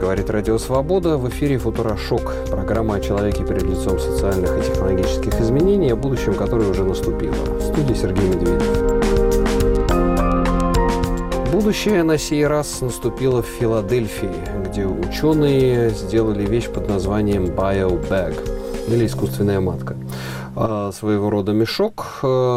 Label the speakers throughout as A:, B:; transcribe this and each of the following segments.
A: Говорит Радио Свобода. В эфире «Футурошок». Программа о человеке перед лицом социальных и технологических изменений, о будущем, которое уже наступило. В студии Сергей Медведев. Будущее на сей раз наступило в Филадельфии, где ученые сделали вещь под названием BioBag, или искусственная матка. Своего рода мешок,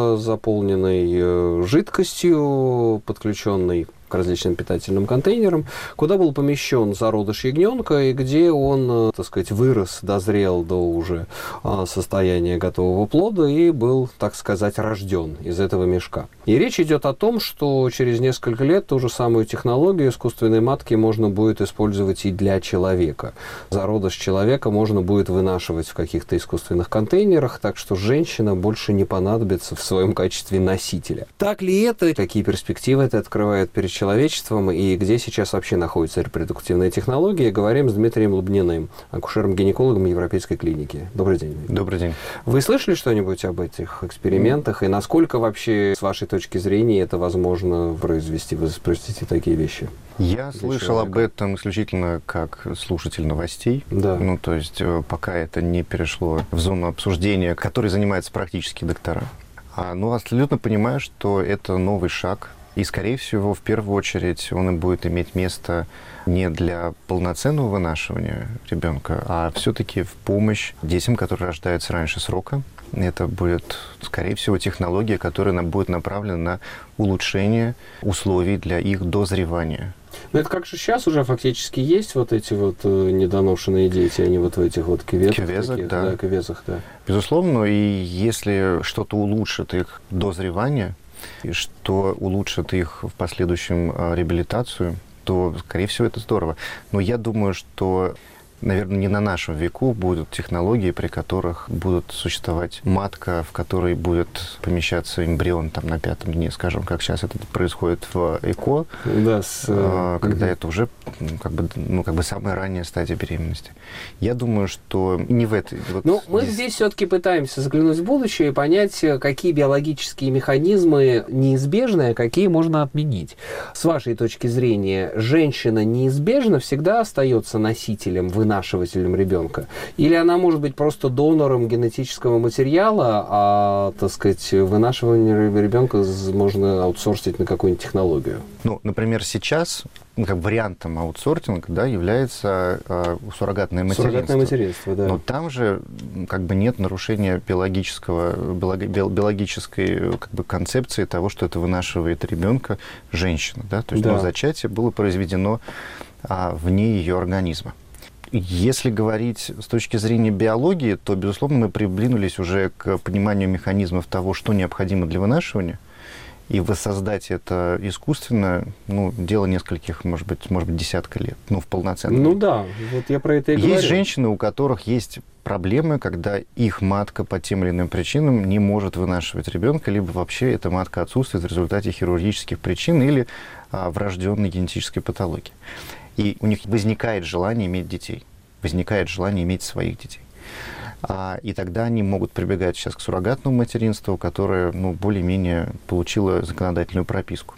A: заполненный жидкостью, подключенный к различным питательным контейнерам, куда был помещен зародыш ягненка, и где он, так сказать, вырос, дозрел до уже состояния готового плода и был, так сказать, рожден из этого мешка. И речь идет о том, что через несколько лет ту же самую технологию искусственной матки можно будет использовать и для человека. Зародыш человека можно будет вынашивать в каких-то искусственных контейнерах, так что женщина больше не понадобится в своем качестве носителя. Так ли это? Какие перспективы это открывает перед человечеством и где сейчас вообще находится репродуктивная технология? Говорим с Дмитрием Лубниным, акушером-гинекологом Европейской клиники. Добрый день.
B: Добрый день.
A: Вы слышали что-нибудь об этих экспериментах и насколько вообще, с вашей точки зрения, это возможно произвести, воспроизвести такие вещи?
B: Я слышал об этом исключительно как слушатель новостей.
A: Да.
B: Ну, то есть, пока это не перешло в зону обсуждения, которой занимаются практические доктора. Но абсолютно понимаю, что это новый шаг. И, скорее всего, в первую очередь он и будет иметь место не для полноценного вынашивания ребенка, а все-таки в помощь детям, которые рождаются раньше срока. Это будет, скорее всего, технология, которая будет направлена на улучшение условий для их дозревания.
A: Но это как же сейчас уже фактически есть вот эти вот недоношенные дети, они вот в этих вот кювезах,
B: да.
A: Кювезах, да.
B: Безусловно, и если что-то улучшит их дозревание, и что улучшит их в последующем реабилитацию, то, скорее всего, это здорово. Но я думаю, что, наверное, не на нашем веку будут технологии, при которых будут существовать матка, в которой будет помещаться эмбрион там, на 5-м дне, скажем, как сейчас это происходит в ЭКО,
A: да,
B: когда это уже как бы самая ранняя стадия беременности. Я думаю, что не в этой...
A: Мы здесь все-таки пытаемся заглянуть в будущее и понять, какие биологические механизмы неизбежны, а какие можно отменить. С вашей точки зрения, женщина неизбежно всегда остается носителем, вынашивателем ребенка? Или она может быть просто донором генетического материала, а, так сказать, вынашивание ребенка можно аутсорсить на какую-нибудь технологию?
B: Ну, например, сейчас как вариантом аутсортинга, да, является суррогатное материнство.
A: Суррогатное материнство, да.
B: Но там же как бы нет нарушения биологической как бы концепции того, что это вынашивает ребенка женщина, да, то есть зачатие было произведено вне ее организма. Если говорить с точки зрения биологии, то, безусловно, мы приблизились уже к пониманию механизмов того, что необходимо для вынашивания. И воссоздать это искусственно, дело нескольких, может быть, десятка лет, в полноценном.
A: Да, вот я про это и говорю.
B: Есть женщины, у которых есть проблемы, когда их матка по тем или иным причинам не может вынашивать ребенка, либо вообще эта матка отсутствует в результате хирургических причин или врожденной генетической патологии. И у них возникает желание иметь детей, возникает желание иметь своих детей. И тогда они могут прибегать сейчас к суррогатному материнству, которое более-менее получило законодательную прописку.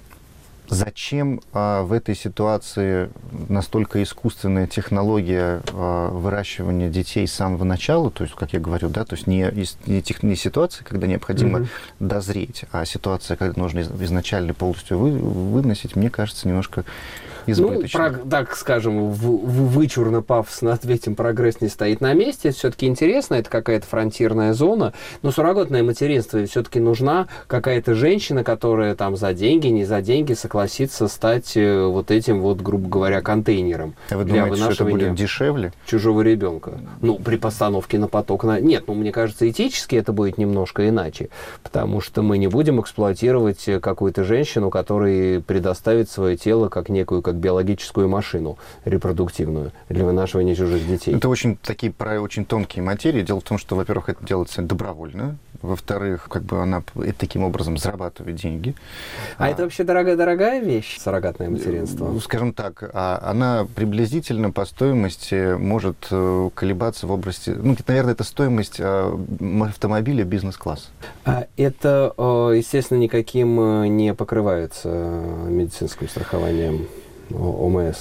B: Зачем в этой ситуации настолько искусственная технология выращивания детей с самого начала, то есть, как я говорю, да, то есть не ситуация, когда необходимо дозреть, а ситуация, когда нужно изначально полностью выносить, мне кажется, немножко избыточно.
A: Так скажем, вычурно, пафосно ответим, прогресс не стоит на месте. Это все-таки интересно, это какая-то фронтирная зона. Но суррогатное материнство все-таки нужна какая-то женщина, которая там за деньги, не за деньги согласится стать вот этим вот, грубо говоря, контейнером.
B: А вы думаете, что это будет дешевле?
A: Чужого ребенка. При постановке на поток. Нет, мне кажется, этически это будет немножко иначе. Потому что мы не будем эксплуатировать какую-то женщину, которая предоставит свое тело как некую, как биологическую машину репродуктивную для вынашивания чужих детей.
B: Это очень тонкие материи. Дело в том, что, во-первых, это делается добровольно. Во-вторых, она таким образом зарабатывает деньги.
A: Это вообще дорогая вещь, суррогатное материнство?
B: Скажем так, она приблизительно по стоимости может колебаться в области... наверное, это стоимость автомобиля бизнес-класса.
A: Это, естественно, никаким не покрывается медицинским страхованием ОМС.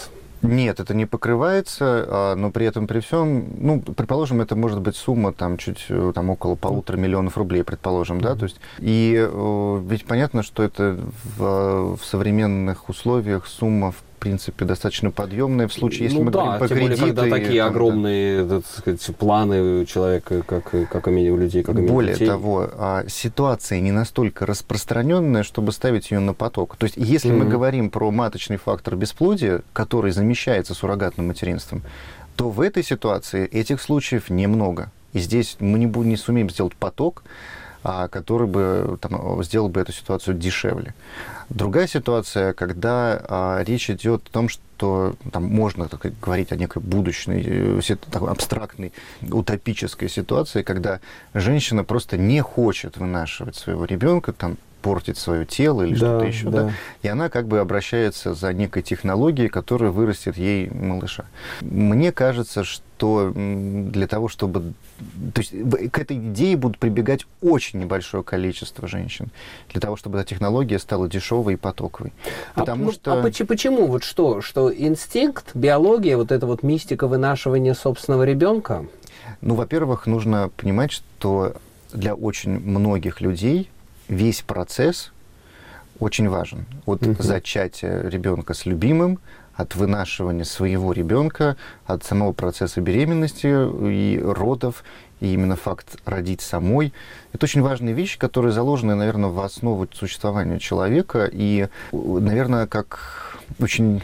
B: Нет, это не покрывается, но при этом, при всем, ну, предположим, это может быть сумма там чуть там около 1,5 миллиона рублей, предположим, да, то есть, и ведь понятно, что это в современных условиях сумма, в принципе, достаточно подъемная в случае, если мы говорим по
A: тем более,
B: кредиту.
A: когда такие
B: там,
A: огромные, так сказать, планы у человека, как имени у людей, как имени
B: более
A: детей.
B: того, ситуация не настолько распространенная, чтобы ставить ее на поток. То есть, если мы говорим про маточный фактор бесплодия, который замещается суррогатным материнством, то в этой ситуации этих случаев немного. И здесь мы не сумеем сделать поток, который бы там, сделал бы эту ситуацию дешевле. Другая ситуация, когда речь идет о том, что там можно говорить о некой будущей, такой абстрактной, утопической ситуации, когда женщина просто не хочет вынашивать своего ребенка, там, портить свое тело или что-то еще, да. И она как бы обращается за некой технологией, которая вырастет ей малыша. Мне кажется, что для того, чтобы... То есть к этой идее будут прибегать очень небольшое количество женщин, для того, чтобы эта технология стала дешевой и потоковой. Потому что...
A: Почему? Вот что инстинкт, биология, вот эта вот мистика вынашивания собственного ребенка?
B: Ну, во-первых, нужно понимать, что для очень многих людей весь процесс очень важен. От зачатия ребенка с любимым, от вынашивания своего ребенка, от самого процесса беременности и родов, и именно факт родить самой. Это очень важные вещи, которые заложены, наверное, в основу существования человека. И, наверное, как очень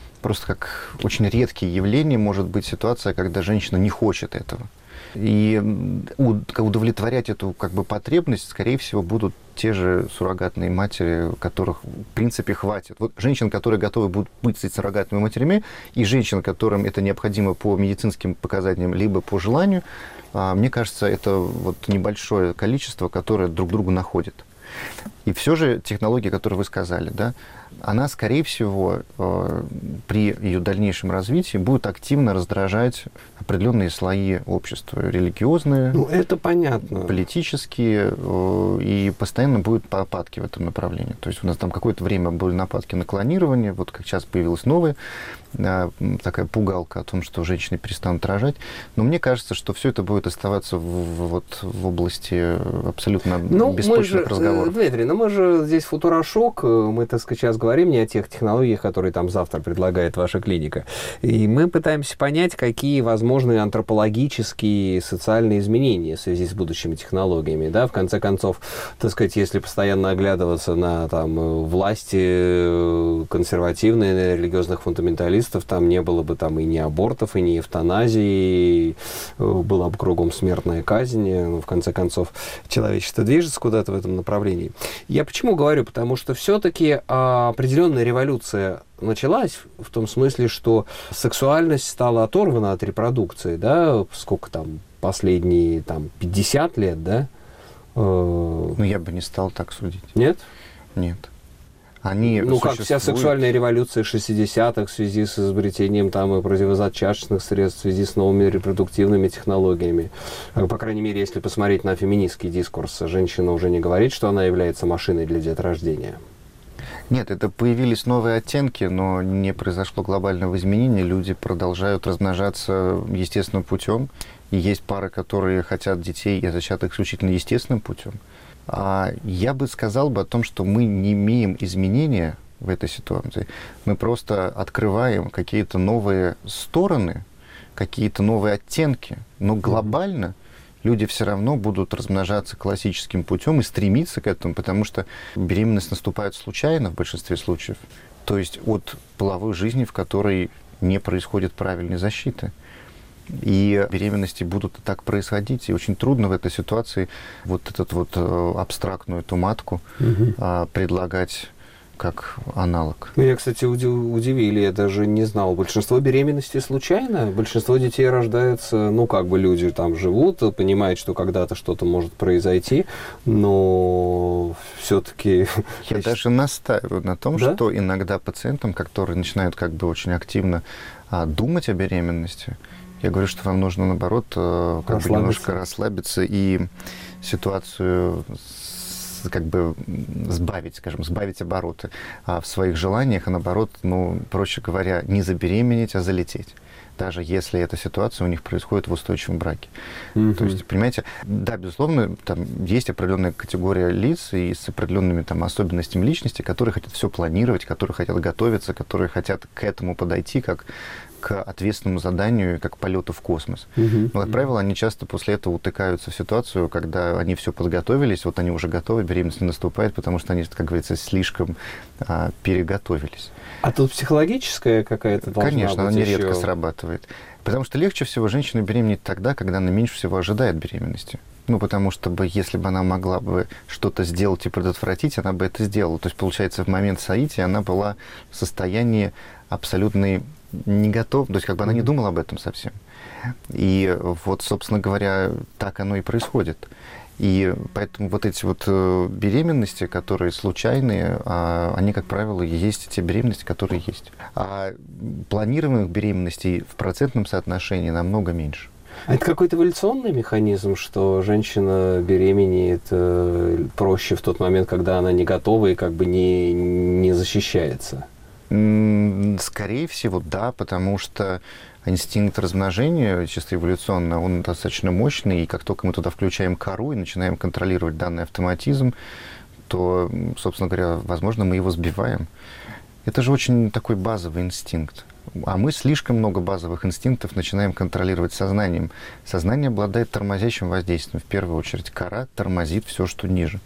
B: редкие явления может быть ситуация, когда женщина не хочет этого. И удовлетворять эту как бы потребность, скорее всего, будут те же суррогатные матери, которых, в принципе, хватит. Вот женщин, которые готовы будут быть суррогатными матерями, и женщин, которым это необходимо по медицинским показаниям, либо по желанию, мне кажется, это вот небольшое количество, которое друг друга находит. И все же технология, которую вы сказали, да, она, скорее всего, при ее дальнейшем развитии будет активно раздражать определенные слои общества, религиозные,
A: это понятно,
B: политические, и постоянно будут нападки в этом направлении. То есть у нас там какое-то время были нападки на клонирование, вот как сейчас появилась новая такая пугалка о том, что женщины перестанут рожать. Но мне кажется, что все это будет оставаться в области абсолютно беспочвенных разговоров.
A: Дмитрий, мы же здесь футурошок, мы, так сказать, сейчас говорим не о тех технологиях, которые там завтра предлагает ваша клиника. И мы пытаемся понять, какие возможны антропологические и социальные изменения в связи с будущими технологиями. Да? В конце концов, так сказать, если постоянно оглядываться на там, власти консервативные, религиозных фундаменталистов, там не было бы там и ни абортов, и ни эвтаназии, была бы кругом смертная казнь. В конце концов, человечество движется куда-то в этом направлении. Я почему говорю? Потому что все-таки определенная революция началась в том смысле, что сексуальность стала оторвана от репродукции, да, сколько там, последние там 50 лет, да?
B: Ну, я бы не стал так судить.
A: Нет?
B: Нет.
A: Как вся сексуальная революция 60-х в связи с изобретением там и противозачаточных средств, в связи с новыми репродуктивными технологиями. По крайней мере, если посмотреть на феминистский дискурс, женщина уже не говорит, что она является машиной для деторождения.
B: Нет, это появились новые оттенки, но не произошло глобального изменения. Люди продолжают размножаться естественным путем. И есть пары, которые хотят детей и зачатых исключительно естественным путем. Я бы сказал о том, что мы не имеем изменения в этой ситуации. Мы просто открываем какие-то новые стороны, какие-то новые оттенки. Но глобально люди все равно будут размножаться классическим путем и стремиться к этому, потому что беременность наступает случайно в большинстве случаев. То есть от половой жизни, в которой не происходит правильной защиты. И беременности будут так происходить. И очень трудно в этой ситуации вот эту абстрактную эту матку предлагать как аналог.
A: Меня, кстати, удивили, я даже не знал. Большинство беременностей случайно, большинство детей рождаются, люди там живут, понимают, что когда-то что-то может произойти, но все-таки...
B: Я даже настаиваю на том, что иногда пациентам, которые начинают очень активно думать о беременности, я говорю, что вам нужно, наоборот, немножко расслабиться и ситуацию как бы сбавить обороты в своих желаниях, а наоборот, ну, проще говоря, не забеременеть, а залететь. Даже если эта ситуация у них происходит в устойчивом браке. То есть, понимаете, да, безусловно, там есть определенная категория лиц и с определенными там особенностями личности, которые хотят все планировать, которые хотят готовиться, которые хотят к этому подойти как к ответственному заданию, как к полету в космос. Но, как правило, они часто после этого утыкаются в ситуацию, когда они все подготовились, вот они уже готовы, беременность не наступает, потому что они, как говорится, слишком переготовились.
A: А тут психологическая какая-то должна
B: Конечно,
A: быть
B: она
A: еще...
B: нередко срабатывает. Потому что легче всего женщина беременеть тогда, когда она меньше всего ожидает беременности. Ну, потому что если бы она могла бы что-то сделать и предотвратить, она бы это сделала. То есть, получается, в момент соития она была в состоянии абсолютной не готова, то есть как бы она не думала об этом совсем. И вот, собственно говоря, так оно и происходит. И поэтому вот эти вот беременности, которые случайные, они, как правило, есть те беременности, которые есть. А планируемых беременностей в процентном соотношении намного меньше.
A: А это какой-то эволюционный механизм, что женщина беременеет проще в тот момент, когда она не готова и как бы не защищается?
B: Скорее всего, да, потому что инстинкт размножения, чисто эволюционно, он достаточно мощный, и как только мы туда включаем кору и начинаем контролировать данный автоматизм, то, собственно говоря, возможно, мы его сбиваем. Это же очень такой базовый инстинкт. А мы слишком много базовых инстинктов начинаем контролировать сознанием. Сознание обладает тормозящим воздействием. В первую очередь, кора тормозит все, что ниже.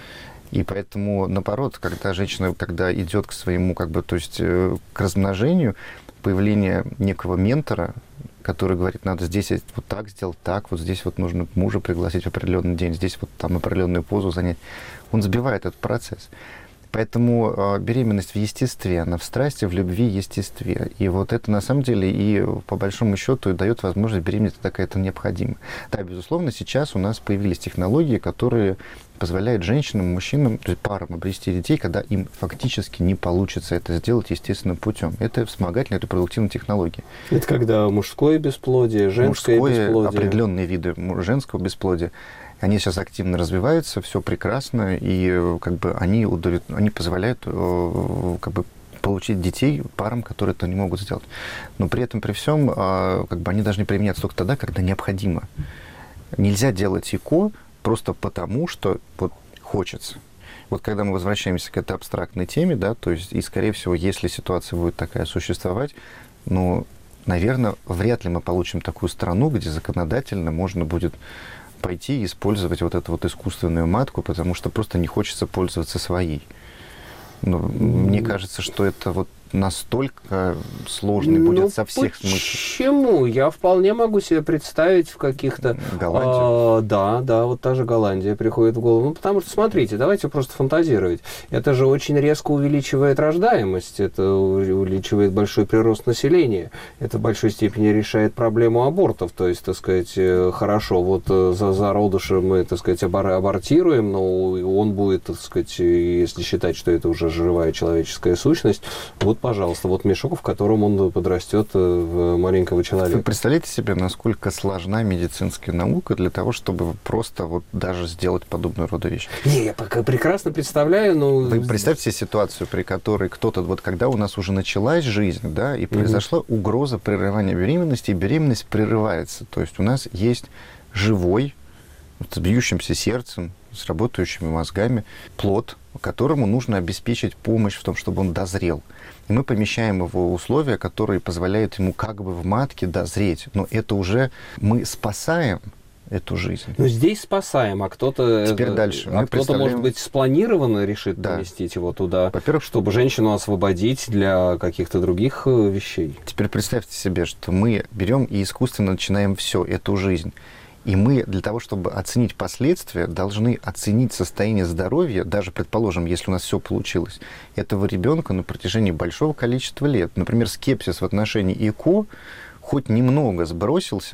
B: И поэтому, наоборот, когда женщина, когда идет к своему, как бы, то есть к размножению, появление некого ментора, который говорит, надо здесь вот так сделать, так, вот здесь вот нужно мужа пригласить в определенный день, здесь вот там определенную позу занять, он сбивает этот процесс. Поэтому беременность в естестве, она в страсти, в любви, естестве. И вот это на самом деле и по большому счету дает возможность беременеть, так это необходимо. Да, безусловно, сейчас у нас появились технологии, которые позволяют женщинам, мужчинам, то есть парам обрести детей, когда им фактически не получится это сделать естественным путем. Это вспомогательные репродуктивные технологии.
A: Это когда мужское бесплодие, женское бесплодие.
B: Определенные виды женского бесплодия. Они сейчас активно развиваются, все прекрасно, и как бы они позволяют как бы получить детей парам, которые это не могут сделать. Но при этом, при всем, как бы они должны применяться только тогда, когда необходимо. Нельзя делать ЭКО просто потому, что вот хочется. Вот когда мы возвращаемся к этой абстрактной теме, да, то есть, и, скорее всего, если ситуация будет такая существовать, ну, наверное, вряд ли мы получим такую страну, где законодательно можно будет пойти и использовать вот эту вот искусственную матку, потому что просто не хочется пользоваться своей. Но мне кажется, что это вот настолько сложный будет со всех смыслов.
A: Почему? Я вполне могу себе представить в каких-то...
B: Голландия?
A: Да, вот та же Голландия приходит в голову. Ну, потому что, смотрите, давайте просто фантазировать. Это же очень резко увеличивает рождаемость, это увеличивает большой прирост населения, это в большой степени решает проблему абортов. То есть, так сказать, хорошо, вот за зародыша мы, так сказать, абортируем, но он будет, так сказать, если считать, что это уже живая человеческая сущность, вот, пожалуйста, вот мешок, в котором он подрастет в маленького человека.
B: Вы представляете себе, насколько сложна медицинская наука для того, чтобы просто вот даже сделать подобную рода вещь?
A: Не, я прекрасно представляю, но...
B: Вы представьте себе ситуацию, при которой кто-то, вот когда у нас уже началась жизнь, да, и произошла угроза прерывания беременности, и беременность прерывается. То есть у нас есть живой, с бьющимся сердцем, с работающими мозгами плод, которому нужно обеспечить помощь в том, чтобы он дозрел. И мы помещаем его в условия, которые позволяют ему как бы в матке дозреть. Но это уже мы спасаем эту жизнь.
A: Ну, здесь спасаем, а кто-то...
B: Теперь дальше.
A: А кто-то, может быть, спланированно решит поместить его туда,
B: во-первых,
A: чтобы женщину освободить для каких-то других вещей.
B: Теперь представьте себе, что мы берем и искусственно начинаем всю эту жизнь. И мы для того, чтобы оценить последствия, должны оценить состояние здоровья, даже, предположим, если у нас все получилось, этого ребенка на протяжении большого количества лет. Например, скепсис в отношении ЭКО хоть немного сбросился,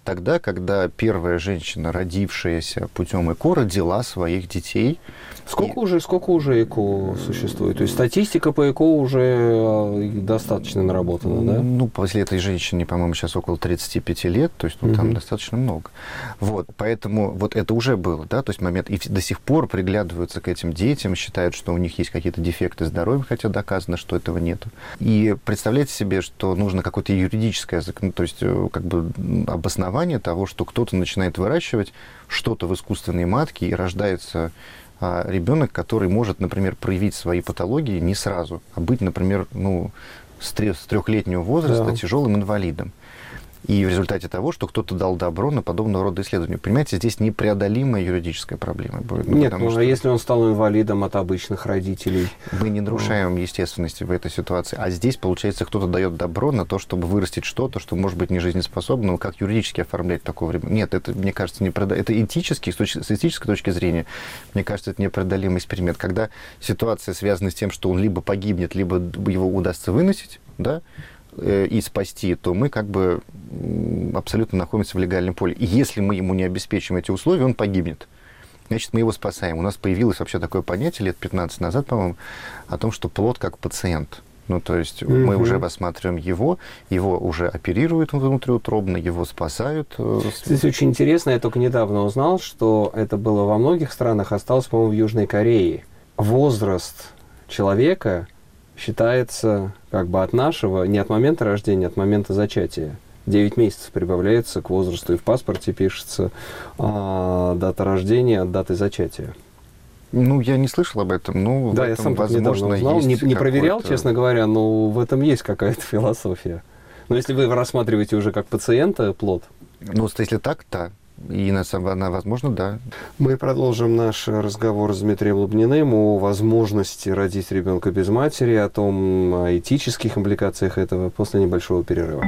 B: тогда, когда первая женщина, родившаяся путем ЭКО, родила своих детей.
A: Сколько уже ЭКО существует? То есть статистика по ЭКО уже достаточно наработана, да?
B: Ну, после этой женщины, по-моему, сейчас около 35 лет, то есть там достаточно много. Вот, поэтому вот это уже было, да, то есть момент, и до сих пор приглядываются к этим детям, считают, что у них есть какие-то дефекты здоровья, хотя доказано, что этого нету. И представляете себе, что нужно какое-то юридическое, то есть как бы обоснование того, что кто-то начинает выращивать что-то в искусственной матке и рождается ребенок, который может, например, проявить свои патологии не сразу, а быть, например, с трехлетнего возраста тяжелым инвалидом. И в результате того, что кто-то дал добро на подобного рода исследования. Понимаете, здесь непреодолимая юридическая проблема будет.
A: Нет, а если он стал инвалидом от обычных родителей?
B: Мы не нарушаем естественности в этой ситуации. А здесь, получается, кто-то дает добро на то, чтобы вырастить что-то, что может быть не жизнеспособно. Но как юридически оформлять такого ребенка? Нет, это, мне кажется, это этически, с этической точки зрения, мне кажется, это непреодолимый эксперимент. Когда ситуация связана с тем, что он либо погибнет, либо его удастся выносить, да, и спасти, то мы как бы абсолютно находимся в легальном поле. И если мы ему не обеспечим эти условия, он погибнет. Значит, мы его спасаем. У нас появилось вообще такое понятие лет 15 назад, по-моему, о том, что плод как пациент. Ну, то есть мы уже рассматриваем его уже оперируют внутриутробно, его спасают.
A: Кстати, очень интересно, я только недавно узнал, что это было во многих странах, осталось, по-моему, в Южной Корее. Возраст человека считается как бы от нашего, не от момента рождения, а от момента зачатия. 9 месяцев прибавляется к возрасту, и в паспорте пишется дата рождения от даты зачатия.
B: Ну, я не слышал об этом, но
A: да,
B: в этом,
A: я сам
B: возможно,
A: узнал, не проверял, честно говоря, но в этом есть какая-то философия. Но если вы рассматриваете уже как пациента плод.
B: Ну, если так, да. И она, возможно, да.
A: Мы продолжим наш разговор с Дмитрием Лубниным о возможности родить ребенка без матери, о том, о этических импликациях этого после небольшого перерыва.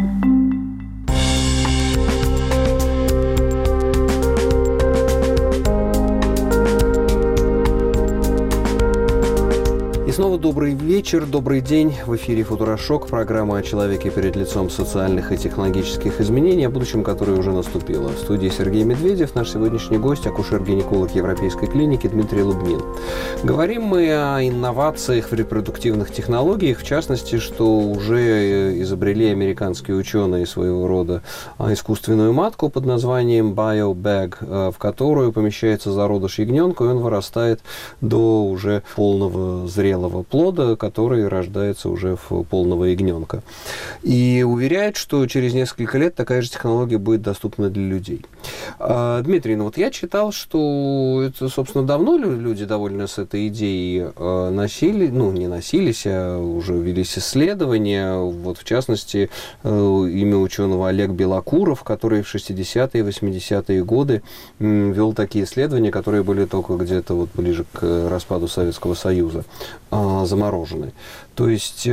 A: И снова добрый вечер, добрый день. В эфире «Футурошок», программа о человеке перед лицом социальных и технологических изменений, о будущем, которое уже наступило. В студии Сергей Медведев, наш сегодняшний гость, акушер-гинеколог Европейской клиники Дмитрий Лубнин. Говорим мы о инновациях в репродуктивных технологиях, в частности, что уже изобрели американские ученые своего рода искусственную матку под названием BioBag, в которую помещается зародыш ягненка, и он вырастает до уже полного зрелого плода, который рождается уже в полного ягненка. И уверяет, что через несколько лет такая же технология будет доступна для людей. Дмитрий, вот я читал, что это, собственно, давно люди довольно с этой идеей не носились, а уже велись исследования. Вот, в частности, имя ученого Олег Белокуров, который в 60-е и 80-е годы вел такие исследования, которые были только где-то вот ближе к распаду Советского Союза, заморожены. То есть,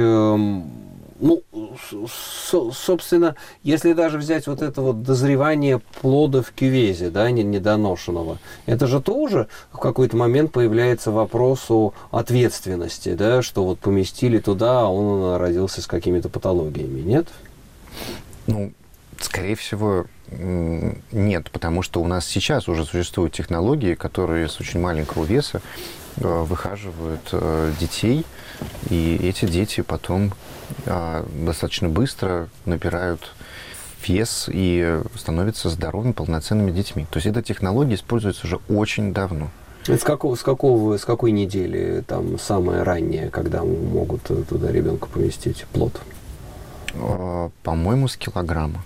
A: собственно, если даже взять вот это вот дозревание плода в кювезе, да, недоношенного, это же тоже в какой-то момент появляется вопрос о ответственности, да, что вот поместили туда, а он родился с какими-то патологиями, нет?
B: Ну, скорее всего, нет, потому что у нас сейчас уже существуют технологии, которые с очень маленького веса выхаживают детей, и эти дети потом достаточно быстро набирают вес и становятся здоровыми, полноценными детьми. То есть эта технология используется уже очень давно.
A: Это с какой недели там самое раннее, когда могут туда ребенка поместить плод?
B: По-моему, с килограмма.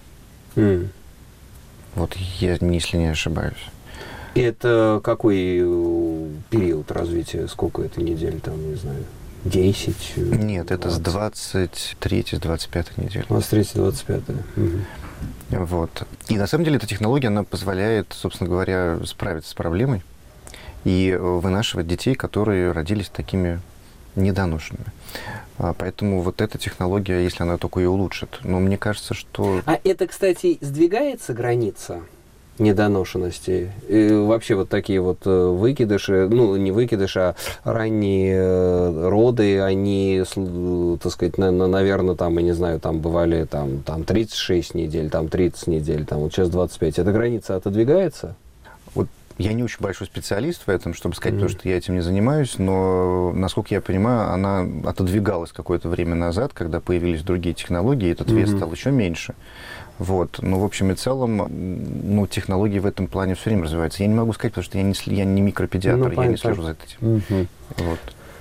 B: Вот если не ошибаюсь.
A: И это какой период развития? Сколько это недель, там, не знаю, 10?
B: Нет, 20. Это с 23-25 недели.
A: 23-25. Угу.
B: Вот. И на самом деле эта технология, она позволяет, собственно говоря, справиться с проблемой и вынашивать детей, которые родились такими недоношенными. Поэтому вот эта технология, если она только ее улучшит, но мне кажется, что...
A: А это, кстати, сдвигается граница недоношенности. И вообще вот такие вот выкидыши, ну, не выкидыши, а ранние роды, они, так сказать, наверное, там, я не знаю, там бывали там 36 недель, там 30 недель, там вот сейчас 25. Эта граница отодвигается?
B: Вот я не очень большой специалист в этом, чтобы сказать, потому что я этим не занимаюсь, но, насколько я понимаю, она отодвигалась какое-то время назад, когда появились другие технологии, и этот вес стал еще меньше. Вот. Ну, в общем и целом, ну, технологии в этом плане все время развиваются. Я не могу сказать, потому что я не микропедиатр, я не слежу за этим. Вот.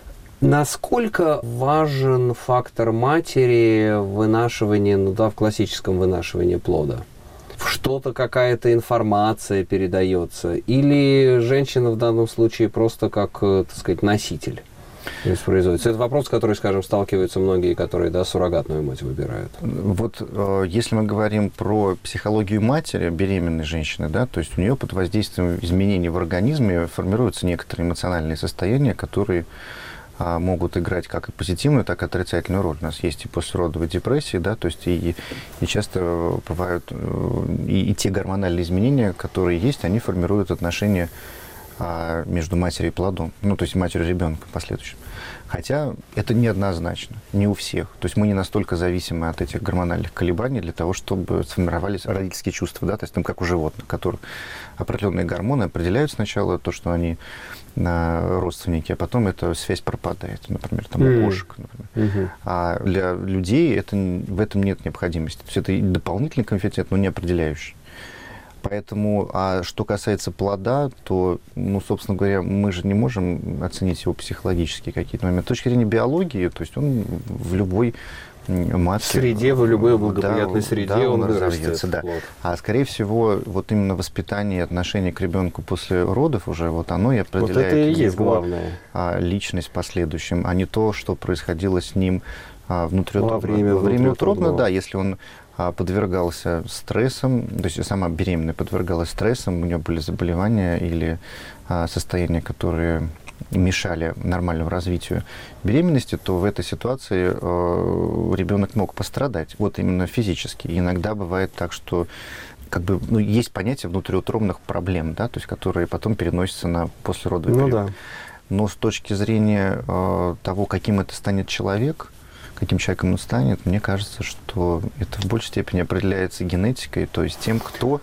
A: Насколько важен фактор матери в вынашивании, ну да, в классическом вынашивании плода? Что-то, какая-то информация передается? Или женщина в данном случае просто как, так сказать, носитель воспроизводится? Это вопрос, с которым, скажем, сталкиваются многие, которые, да, суррогатную мать выбирают.
B: Вот если мы говорим про психологию матери, беременной женщины, да, то есть у нее под воздействием изменений в организме формируются некоторые эмоциональные состояния, которые могут играть как и позитивную, так и отрицательную роль. У нас есть и послеродовые депрессии, да, то есть и часто бывают и те гормональные изменения, которые есть, они формируют отношения между матерью и плодом, ну, то есть матерью и ребенком последующим. Хотя это неоднозначно, не у всех. То есть мы не настолько зависимы от этих гормональных колебаний для того, чтобы сформировались родительские чувства, да, то есть там как у животных, которые определенные гормоны определяют сначала то, что они родственники, а потом эта связь пропадает, например, там у кошек, например. А для людей в этом нет необходимости. То есть это и дополнительный коэффициент, но не определяющий. Поэтому, что касается плода, то, ну, собственно говоря, мы же не можем оценить его психологические какие-то моменты. С точки зрения биологии, то есть он в любой матке...
A: В среде, в любой благоприятной среде
B: да,
A: он
B: разовьется, да. А скорее всего, вот именно воспитание и отношение к ребенку после родов уже, вот оно и определяет
A: вот это и есть
B: его
A: главное.
B: Личность в последующем, а не то, что происходило с ним внутриутробно.
A: Во время
B: утробно, да, если он подвергался стрессам, то есть сама беременная подвергалась стрессам, у нее были заболевания или состояния, которые мешали нормальному развитию беременности, то в этой ситуации ребенок мог пострадать, вот именно физически. И иногда бывает так, что как бы, ну, есть понятие внутриутробных проблем, да, то есть которые потом переносятся на послеродовый период.
A: Да.
B: Но с точки зрения того, каким это станет человек, каким человеком он станет, мне кажется, что это в большей степени определяется генетикой, то есть тем, кто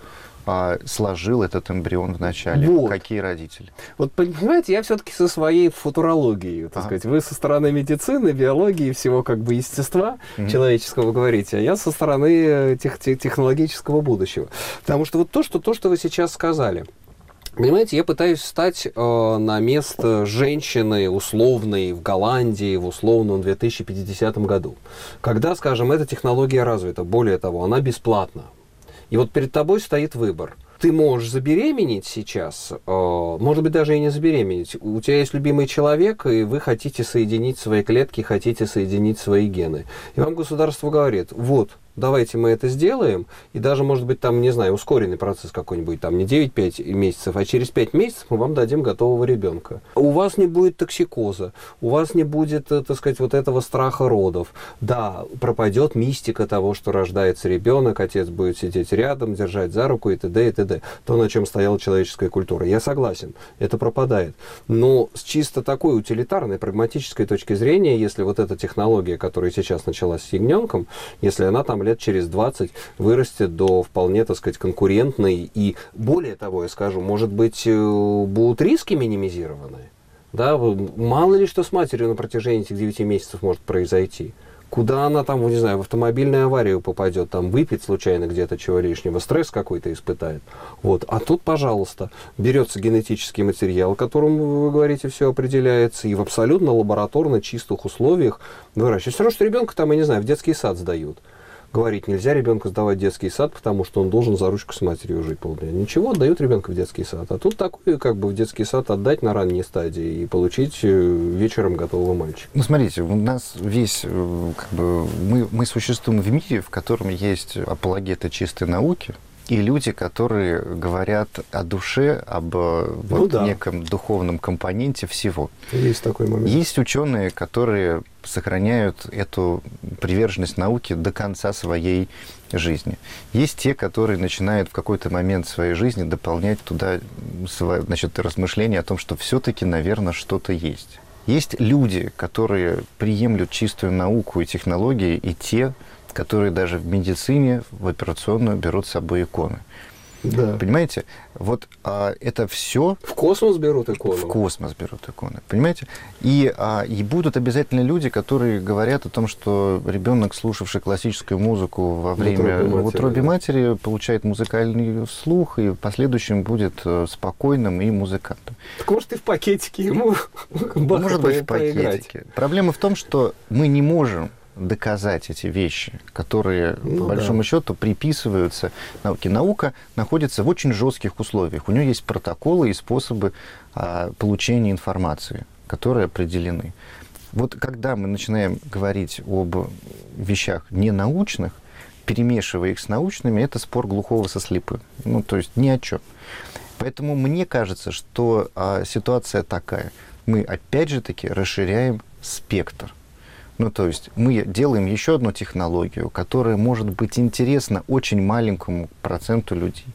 B: сложил этот эмбрион в начале,
A: вот.
B: Какие родители.
A: Вот, понимаете, я все-таки со своей футурологией, так сказать, вы со стороны медицины, биологии, всего как бы естества человеческого говорите, а я со стороны технологического будущего. Потому что вот то, что вы сейчас сказали, понимаете, я пытаюсь встать на место женщины условной в Голландии в условном 2050 году, когда, скажем, эта технология развита, более того, она бесплатна. И вот перед тобой стоит выбор. Ты можешь забеременеть сейчас, может быть, даже и не забеременеть. У тебя есть любимый человек, и вы хотите соединить свои клетки, хотите соединить свои гены. И вам государство говорит, вот, давайте мы это сделаем, и даже, может быть, там, не знаю, ускоренный процесс какой-нибудь, там не 9-5 месяцев, а через 5 месяцев мы вам дадим готового ребенка. У вас не будет токсикоза, у вас не будет, так сказать, вот этого страха родов. Да, пропадет мистика того, что рождается ребенок, отец будет сидеть рядом, держать за руку и т.д. и т.д. То, на чем стояла человеческая культура. Я согласен, это пропадает. Но с чисто такой утилитарной, прагматической точки зрения, если вот эта технология, которая сейчас началась с ягненком, если она там лет через 20 вырастет до вполне, так сказать, конкурентной и, более того, я скажу, может быть, будут риски минимизированы. Да? Мало ли что с матерью на протяжении этих 9 месяцев может произойти. Куда она там, не знаю, в автомобильную аварию попадет, там выпьет случайно где-то чего лишнего, стресс какой-то испытает. Вот. А тут, пожалуйста, берется генетический материал, которым, вы говорите, все определяется, и в абсолютно лабораторно чистых условиях выращивается. Все равно, что ребенка там, я не знаю, в детский сад сдают. Говорить нельзя ребенку сдавать в детский сад, потому что он должен за ручку с матерью жить полдня. Ничего, отдают ребенка в детский сад. А тут такое, как бы в детский сад отдать на ранней стадии и получить вечером готового мальчика.
B: Ну, смотрите, у нас весь, как бы, мы существуем в мире, в котором есть апологеты чистой науки, и люди, которые говорят о душе, об неком духовном компоненте всего.
A: Есть такой момент.
B: Есть ученые, которые сохраняют эту приверженность науке до конца своей жизни. Есть те, которые начинают в какой-то момент своей жизни дополнять туда размышления о том, что все-таки, наверное, что-то есть. Есть люди, которые приемлют чистую науку и технологии, и те, которые даже в медицине, в операционную берут с собой иконы.
A: Да.
B: Понимаете? Вот это все...
A: В космос берут иконы.
B: В космос берут иконы, понимаете? И будут обязательно люди, которые говорят о том, что ребенок, слушавший классическую музыку во время в утробе матери, получает музыкальный слух и в последующем будет спокойным и музыкантом.
A: Так может и в пакетике ему
B: может быть, в пакетике. Проблема в том, что мы не можем доказать эти вещи, которые, по большому счету, приписываются науке. Наука находится в очень жестких условиях. У нее есть протоколы и способы получения информации, которые определены. Вот когда мы начинаем говорить об вещах ненаучных, перемешивая их с научными, это спор глухого со слепым. То есть ни о чем. Поэтому мне кажется, что ситуация такая. Мы опять же таки расширяем спектр. То есть мы делаем еще одну технологию, которая может быть интересна очень маленькому проценту людей.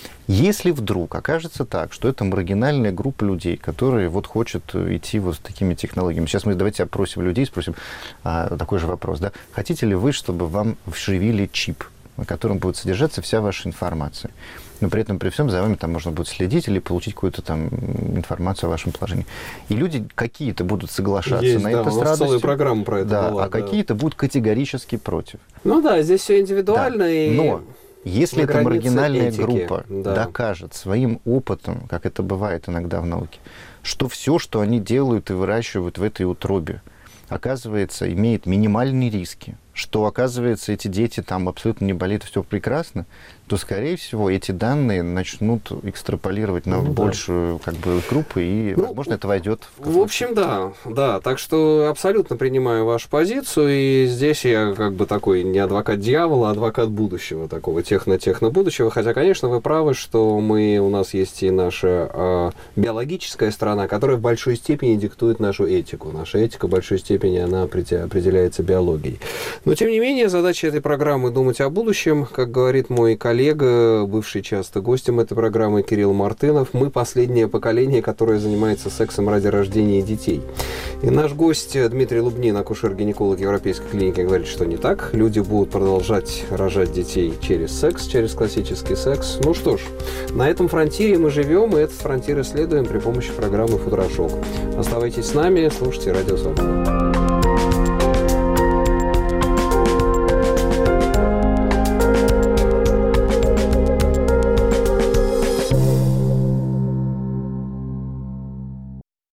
B: Если вдруг окажется так, что это маргинальная группа людей, которые хочет идти с такими технологиями. Сейчас мы давайте опросим людей, спросим такой же вопрос. Да? Хотите ли вы, чтобы вам вживили чип, на котором будет содержаться вся ваша информация? Но при этом, при всем, за вами там можно будет следить или получить какую-то там информацию о вашем положении. И люди какие-то будут соглашаться на это с радостью.
A: Целая программа про это была.
B: Какие-то будут категорически против.
A: Здесь все индивидуально.
B: Да.
A: И
B: но если эта маргинальная
A: этики,
B: группа докажет своим опытом, как это бывает иногда в науке, что все, что они делают и выращивают в этой утробе, оказывается, имеет минимальные риски, что, оказывается, эти дети там абсолютно не болеют, все прекрасно, то, скорее всего, эти данные начнут экстраполировать на большую группу, и, возможно, это войдет в...
A: В общем, да. Так что абсолютно принимаю вашу позицию, и здесь я такой не адвокат дьявола, а адвокат будущего, такого техно-будущего. Хотя, конечно, вы правы, что у нас есть и наша биологическая сторона, которая в большой степени диктует нашу этику. Наша этика в большой степени, она определяется биологией. Но, тем не менее, задача этой программы думать о будущем. Как говорит мой коллега, бывший часто гостем этой программы Кирилл Мартынов, мы последнее поколение, которое занимается сексом ради рождения детей. И наш гость Дмитрий Лубнин, акушер-гинеколог Европейской клиники, говорит, что не так. Люди будут продолжать рожать детей через секс, через классический секс. Ну что ж, на этом фронтире мы живем, и этот фронтир исследуем при помощи программы «Футурошок». Оставайтесь с нами, слушайте «Радио Свобода».